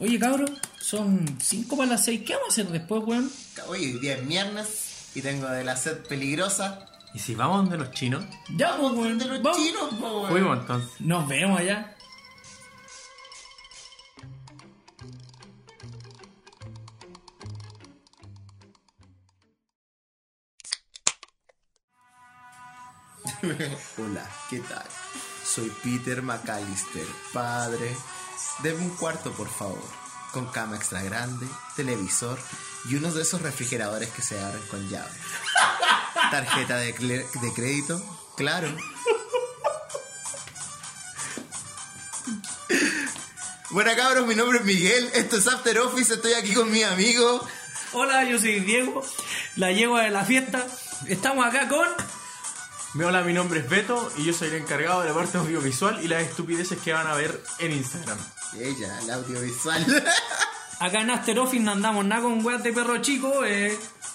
Oye, cabrón, son 5 para las 6. ¿Qué vamos a hacer después, weón? Oye, hoy día es viernes y tengo de la sed peligrosa. ¿Y si vamos donde los chinos? Ya, pues, weón. De los Vamos. chinos, po, weón. Fuimos entonces. Nos vemos allá. Hola, ¿qué tal? Soy Peter McAllister, padre. Deme un cuarto, por favor, con cama extra grande, televisor y uno de esos refrigeradores que se abren con llave. Tarjeta de crédito, claro. Bueno, cabros, mi nombre es Miguel, esto es After Office, estoy aquí con mi amigo. Hola, yo soy Diego, la yegua de la fiesta. Estamos acá con... Hola, mi nombre es Beto y yo soy el encargado de la parte audiovisual y las estupideces que van a ver en Instagram. Ella, el audiovisual. Acá en After Office no andamos nada con weas de perro chico.